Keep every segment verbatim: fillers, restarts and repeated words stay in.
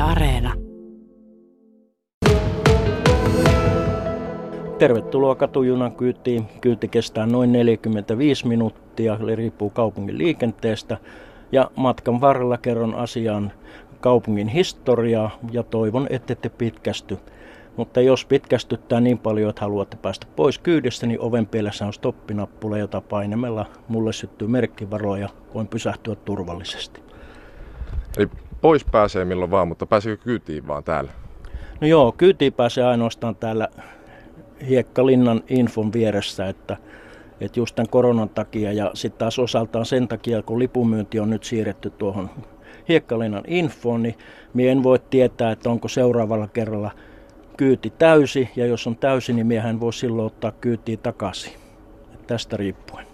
Areena. Tervetuloa katujunan kyytiin. Kyyti kestää noin neljäkymmentäviisi minuuttia, eli riippuu kaupungin liikenteestä. Ja matkan varrella kerron asian kaupungin historiaa ja toivon, ettette pitkästy. Mutta jos pitkästyttää niin paljon, että haluatte päästä pois kyydistä, niin oven pielessä on stoppinappula, jota painemella mulle syttyy merkkivaro ja voin pysähtyä turvallisesti. Eli pois pääsee milloin vaan, mutta pääseekö kyytiin vaan täällä? No joo, kyytiin pääsee ainoastaan täällä Hiekkalinnan infon vieressä, että, että just tämän koronan takia ja sitten taas osaltaan sen takia, kun lipunmyynti on nyt siirretty tuohon Hiekkalinnan infoon, niin minä en voi tietää, että onko seuraavalla kerralla kyyti täysi, ja jos on täysi, niin miehän voi silloin ottaa kyytiä takaisin. Tästä riippuen.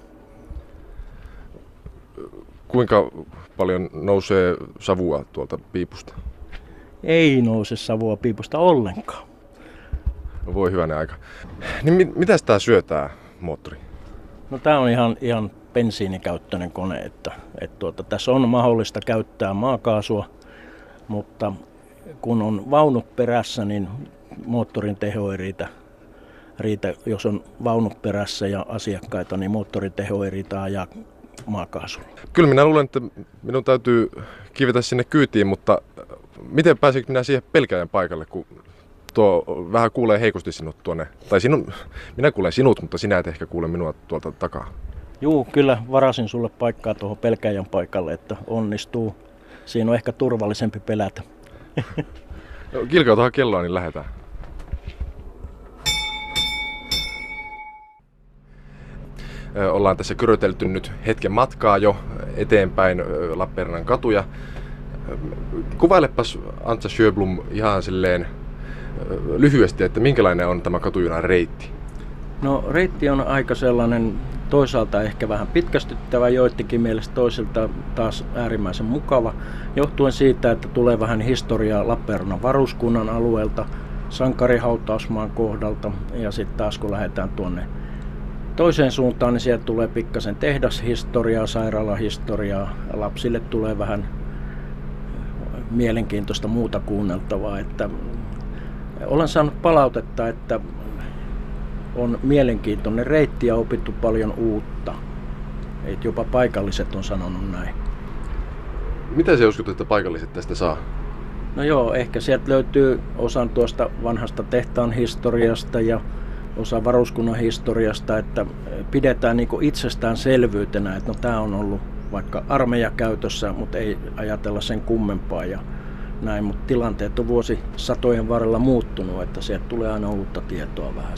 Kuinka paljon nousee savua tuolta piipusta? Ei nouse savua piipusta ollenkaan. No voi hyvänen aika. Niin mit, mitäs tää syö tää moottori? No tää on ihan, ihan bensiinikäyttöinen kone, että, että tuota, tässä on mahdollista käyttää maakaasua, mutta kun on vaunut perässä, niin moottorin teho ei riitä, riitä. Jos on vaunut perässä ja asiakkaita, niin moottorin teho ei riitä ajaa maakaasulla. Kyllä minä luulen, että minun täytyy kivetä sinne kyytiin, mutta miten pääsikö minä siihen pelkääjän paikalle, kun tuo vähän kuulee heikosti sinut tuonne. Tai sinun, minä kuulen sinut, mutta sinä et ehkä kuule minua tuolta takaa. Juu, kyllä varasin sulle paikkaa tuohon pelkääjän paikalle, että onnistuu. Siinä on ehkä turvallisempi pelätä. No, kilkautuhan kelloa, niin lähdetään. Ollaan tässä kyrötelty nyt hetken matkaa jo eteenpäin Lappeenrannan katuja. Kuvailepas Antsa Sjöblom ihan silleen lyhyesti, että minkälainen on tämä katujunan reitti? No reitti on aika sellainen toisaalta ehkä vähän pitkästyttävä, joidenkin mielestä toisilta taas äärimmäisen mukava, johtuen siitä, että tulee vähän historiaa Lappeenrannan varuskunnan alueelta, Sankarihautausmaan kohdalta ja sitten taas kun lähdetään tuonne toiseen suuntaan, niin sieltä tulee pikkasen tehdashistoriaa, sairaalahistoriaa, lapsille tulee vähän mielenkiintoista muuta kuunneltavaa, että olen saanut palautetta, että on mielenkiintoinen reitti ja opittu paljon uutta. Et jopa paikalliset on sanonut näin. Mitä se uskot, että paikalliset tästä saa? No joo, ehkä sieltä löytyy osan tuosta vanhasta tehtaan historiasta ja osa varuskunnan historiasta, että pidetään niinku itsestäänselvyytenä, että no tämä on ollut vaikka armeijakäytössä, mutta ei ajatella sen kummempaa ja näin, mutta tilanteet on vuosisatojen varrella muuttunut, että sieltä tulee aina uutta tietoa vähän.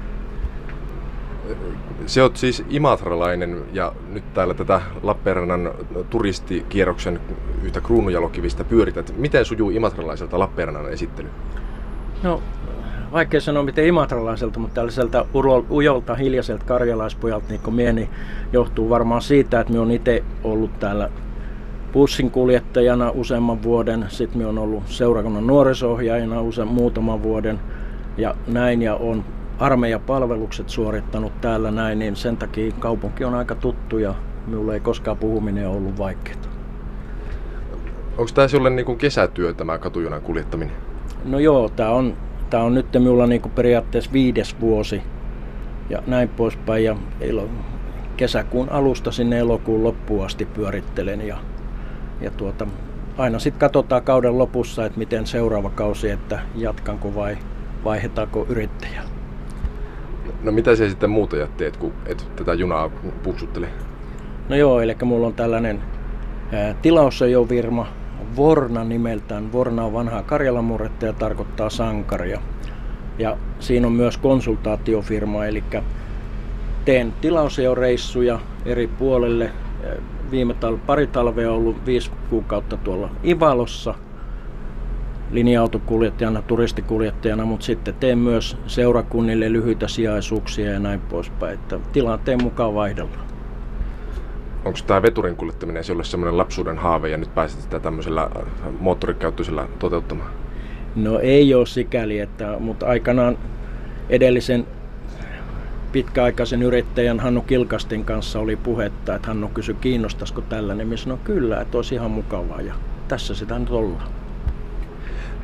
Se on siis imatralainen ja nyt täällä tätä Lappeenrannan turistikierroksen yhtä kruununjalokivistä pyörität. Miten sujuu imatralaiselta Lappeenrannan esittely? No, vaikea sanoa miten imatralaiselta, mutta tällaiselta ujolta, hiljaiselta karjalaispojalta, niin kuin mie, niin johtuu varmaan siitä, että minä olen itse ollut täällä bussinkuljettajana useamman vuoden, sitten minä olen ollut seurakunnan nuoriso-ohjaajana usean muutaman vuoden ja näin, ja on armeijapalvelukset suorittanut täällä näin, niin sen takia kaupunki on aika tuttu ja minulle ei koskaan puhuminen ollut vaikeaa. Onko tämä sinulle niin kuin kesätyö, tämä katujunan kuljettaminen? No joo, tämä on, tämä on nyt minulla niin kuin periaatteessa viides vuosi ja näin poispäin. Ja kesäkuun alusta sinne elokuun loppuun asti pyörittelen ja, ja tuota, aina sitten katsotaan kauden lopussa, että miten seuraava kausi, että jatkanko vai vaihdetaanko yrittäjää. No mitä se sitten muuta teet, kun et tätä junaa puksuttele? No joo, eli mulla on tällainen ää, tilausajovirma Vorna nimeltään. Vorna on vanhaa karjalanmurretta ja tarkoittaa sankaria. Ja siinä on myös konsultaatiofirma, eli teen tilausajoreissuja eri puolelle. Viime tal- pari talvea on ollut viisi kuukautta tuolla Ivalossa linja-autokuljettajana, turistikuljettajana, mutta sitten teen myös seurakunnille lyhyitä sijaisuuksia ja näin poispäin, että tilanteen mukaan vaihdellaan. Onko tämä veturin kuljettaminen sinulle semmoinen lapsuuden haave ja nyt pääset sitä tämmöisellä moottorikäyttöisellä toteuttamaan? No ei ole sikäli, että, mutta aikanaan edellisen pitkäaikaisen yrittäjän Hannu Kilkastin kanssa oli puhetta, että Hannu kysyi kiinnostaisiko tällainen, minä sanoin kyllä, että olisi ihan mukavaa ja tässä sitä nyt ollaan.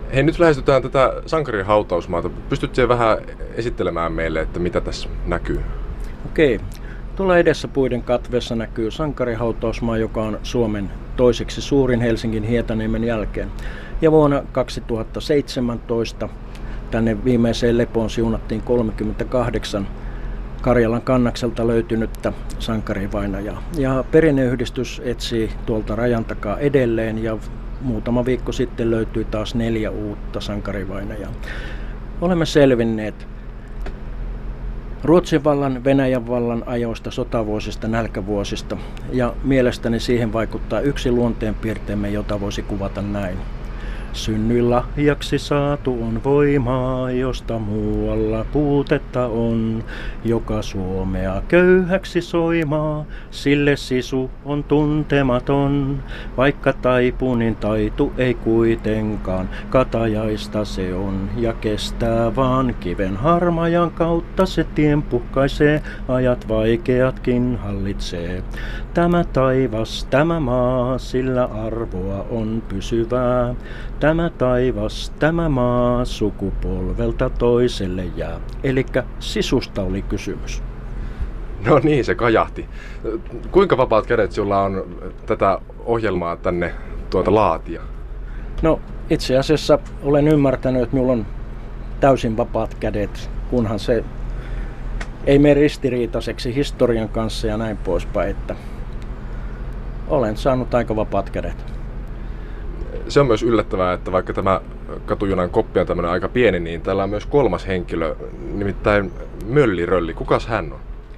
Hei, nyt lähestytään tätä sankarien hautausmaata. Pystytkö vähän esittelemään meille, että mitä tässä näkyy? Okei. Tuolla edessä puiden katveessa näkyy sankarihautausmaa, joka on Suomen toiseksi suurin Helsingin Hietaniemen jälkeen. Ja vuonna kaksituhattaseitsemäntoista tänne viimeiseen lepoon siunattiin kolmekymmentäkahdeksan Karjalan kannakselta löytynyttä sankarivainajaa. Ja perinneyhdistys etsii tuolta rajan takaa edelleen ja muutama viikko sitten löytyi taas neljä uutta sankarivainajaa. Olemme selvinneet Ruotsin vallan, Venäjän vallan ajoista, sotavuosista, nälkävuosista ja mielestäni siihen vaikuttaa yksi luonteenpiirteemme, jota voisi kuvata näin. Synnyin lahjaksi saatu on voimaa, josta muualla puutetta on. Joka Suomea köyhäksi soimaa, sille sisu on tuntematon. Vaikka taipunin taitu ei kuitenkaan, katajaista se on ja kestää vaan. Kiven harmajan kautta se tien puhkaisee, ajat vaikeatkin hallitsee. Tämä taivas, tämä maa, sillä arvoa on pysyvää. Tämä taivas, tämä maa, sukupolvelta toiselle jää. Elikkä sisusta oli kysymys. No niin, se kajahti. Kuinka vapaat kädet sulla on tätä ohjelmaa tänne tuota laatia? No itse asiassa olen ymmärtänyt, että minulla on täysin vapaat kädet, kunhan se ei mene ristiriitaiseksi historian kanssa ja näin poispäin. Että olen saanut aika vapaat kädet. Se on myös yllättävää, että vaikka tämä katujunan koppi on tämmöinen aika pieni, niin täällä on myös kolmas henkilö, nimittäin Mölli Rölli. Kukas hän on?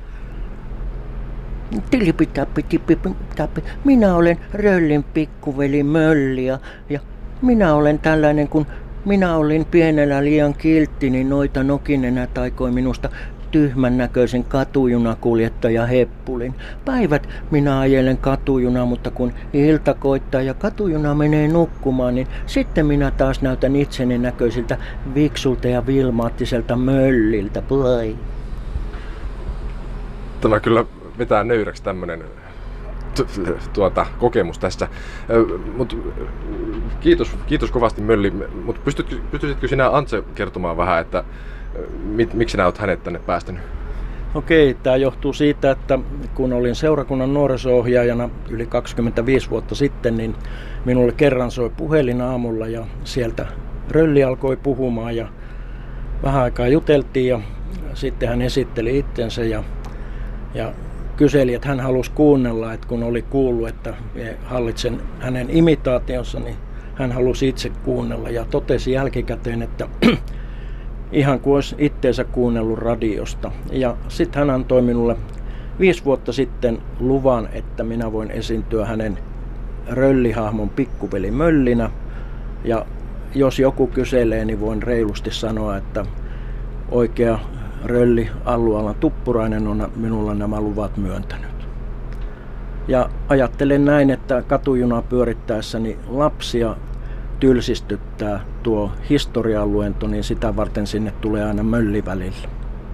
Minä olen Röllin pikkuveli Mölli ja, ja minä olen tällainen, kun minä olin pienellä liian kiltti, niin noita nokinenä taikoi minusta tyhmän näköisen katujunakuljettaja Heppulin. Päivät minä ajelen katujunaa, mutta kun ilta koittaa ja katujuna menee nukkumaan, niin sitten minä taas näytän itseni näköisiltä viksulta ja vilmaattiselta Mölliltä. Play. Tämä kyllä vetää nöyräksi tämmönen tuota, kokemus tässä. Mut, kiitos, kiitos kovasti Mölli, mutta pystytkö, pystyisitkö sinä Antse kertomaan vähän, että Mit, miksi sinä olet hänet tänne päästänyt? Okei, tämä johtuu siitä, että kun olin seurakunnan nuoriso-ohjaajana yli kaksikymmentäviisi vuotta sitten, niin minulle kerran soi puhelin aamulla ja sieltä Rölli alkoi puhumaan ja vähän aikaa juteltiin ja sitten hän esitteli itsensä ja, ja kyseli, että hän halusi kuunnella, että kun oli kuullut, että hallitsen hänen imitaationsa, niin hän halusi itse kuunnella ja totesi jälkikäteen, että ihan kuin olisi itteensä kuunnellut radiosta. Ja sitten hän antoi minulle viisi vuotta sitten luvan, että minä voin esiintyä hänen Röllihahmon pikkuveli Möllinä. Ja jos joku kyselee, niin voin reilusti sanoa, että oikea Rölli Allualan Tuppurainen on minulla nämä luvat myöntänyt. Ja ajattelen näin, että katujunaa pyörittäessäni lapsia tylsistyttää tuo historialuento, niin sitä varten sinne tulee aina Mölli välillä.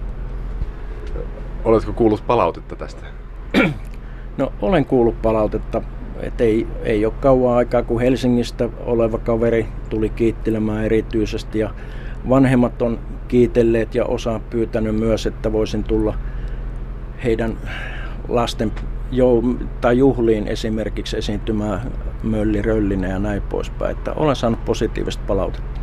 Oletko kuullut palautetta tästä? No olen kuullut palautetta, että ei, ei ole kauan aikaa, kun Helsingistä oleva kaveri tuli kiittelemään erityisesti ja vanhemmat on kiitelleet ja osa pyytänyt myös, että voisin tulla heidän lasten jou- tai juhliin esimerkiksi esiintymään Mölli Röllinä ja näin poispäin. Että olen saanut positiivista palautetta.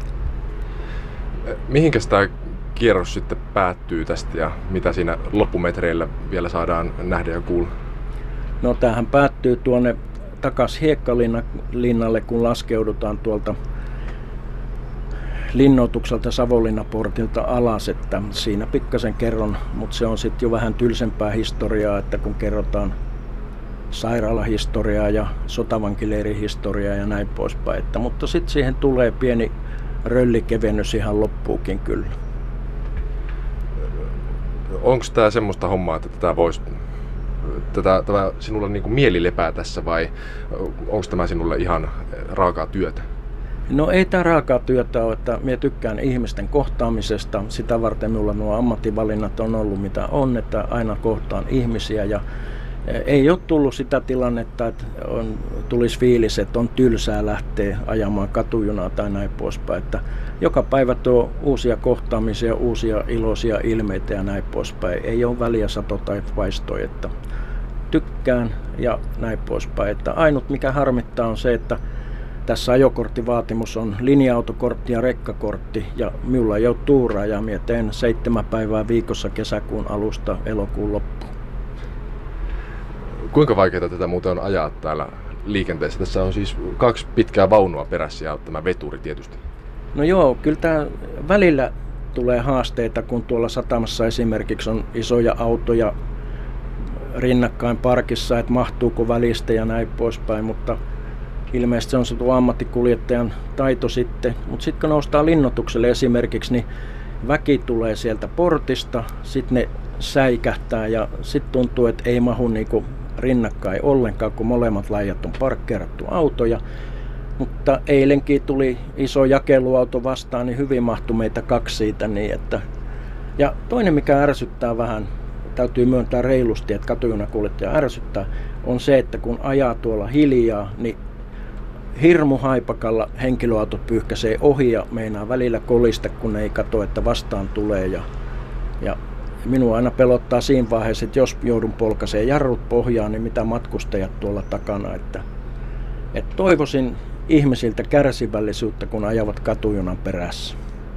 Mihinkäs tämä kierros sitten päättyy tästä ja mitä siinä loppumetreillä vielä saadaan nähdä ja kuulla? No tämähän päättyy tuonne takas Hiekkalinnalle, kun laskeudutaan tuolta linnoitukselta Savonlinnaportilta alas, että siinä pikkasen kerron, mutta se on sitten jo vähän tylsempää historiaa, että kun kerrotaan sairaalahistoriaa ja sotavankileirihistoriaa ja näin poispäin. Että, mutta sitten siihen tulee pieni röllikevennys ihan loppuukin kyllä. Onko tämä semmoista hommaa, että tätä voisi tätä, tämä sinulla niin kuin mieli lepää tässä vai onko tämä sinulle ihan raakaa työtä? No ei tämä raakaa työtä ole, että minä tykkään ihmisten kohtaamisesta. Sitä varten minulla nuo ammattivalinnat on ollut mitä on, että aina kohtaan ihmisiä ja Ei ole tullut sitä tilannetta, että on, tulisi fiilis, että on tylsää lähteä ajamaan katujunaa tai näin poispäin. Että joka päivä tuo uusia kohtaamisia, uusia iloisia ilmeitä ja näin poispäin. Ei ole väliä sato tai paistoi, että tykkään ja näin poispäin. Että ainut mikä harmittaa on se, että tässä ajokorttivaatimus on linja-autokortti ja rekkakortti ja minulla ei ole tuuraa ja minä teen seitsemän päivää viikossa kesäkuun alusta elokuun loppuun. Kuinka vaikeaa tätä muuten on ajaa täällä liikenteessä? Tässä on siis kaksi pitkää vaunua perässä ja tämä veturi tietysti. No joo, kyllä tämä välillä tulee haasteita, kun tuolla satamassa esimerkiksi on isoja autoja rinnakkain parkissa, että mahtuuko välistä ja näin poispäin, mutta ilmeisesti se on se tuo ammattikuljettajan taito sitten. Mutta sitten kun noustaan linnoitukselle esimerkiksi, niin väki tulee sieltä portista, sitten ne säikähtää ja sitten tuntuu, että ei mahu niinku rinnakkain ollenkaan, kun molemmat lajat on parkkeerattu autoja. Mutta eilenkin tuli iso jakeluauto vastaan, niin hyvin mahtui meitä kaksi siitä. Niin että... Ja toinen, mikä ärsyttää vähän, täytyy myöntää reilusti, että katujunakuljettaja ärsyttää, on se, että kun ajaa tuolla hiljaa, niin hirmu haipakalla henkilöautot pyyhkäisee ohi ja meinaa välillä kolista, kun ei katso, että vastaan tulee. Ja, ja minua aina pelottaa siinä vaiheessa, että jos joudun polkaiseen jarrut pohjaan, niin mitä matkustajat tuolla takana. Että, että toivoisin ihmisiltä kärsivällisyyttä, kun ajavat katujunan perässä.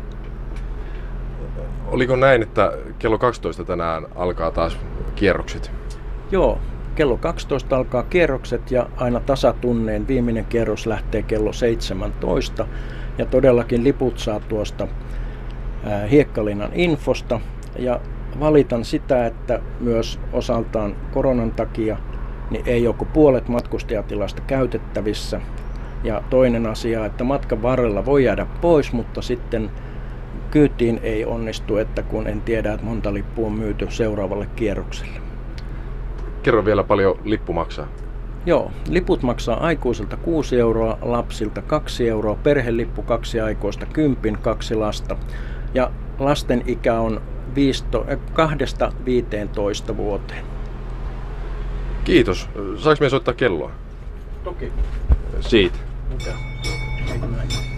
Oliko näin, että kello kaksitoista tänään alkaa taas kierrokset? Joo, kello kaksitoista alkaa kierrokset ja aina tasatunneen viimeinen kierros lähtee kello seitsemäntoista. Ja todellakin liput saa tuosta ää, Hiekkalinnan infosta. Ja valitan sitä, että myös osaltaan koronan takia niin ei ole kuin puolet matkustajatilasta käytettävissä. Ja toinen asia, että matkan varrella voi jäädä pois, mutta sitten kyytiin ei onnistu, että kun en tiedä, että monta lippua on myyty seuraavalle kierrokselle. Kerro vielä, paljon lippu maksaa. Joo, liput maksaa aikuisilta kuusi euroa, lapsilta kaksi euroa, perhelippu kaksi aikuista, kympin kaksi lasta. Ja lasten ikä on kahdesta viiteentoista vuoteen. Kiitos. Saanko minä soittaa kelloa? Toki. Siitä. Mitä? Eikö näin?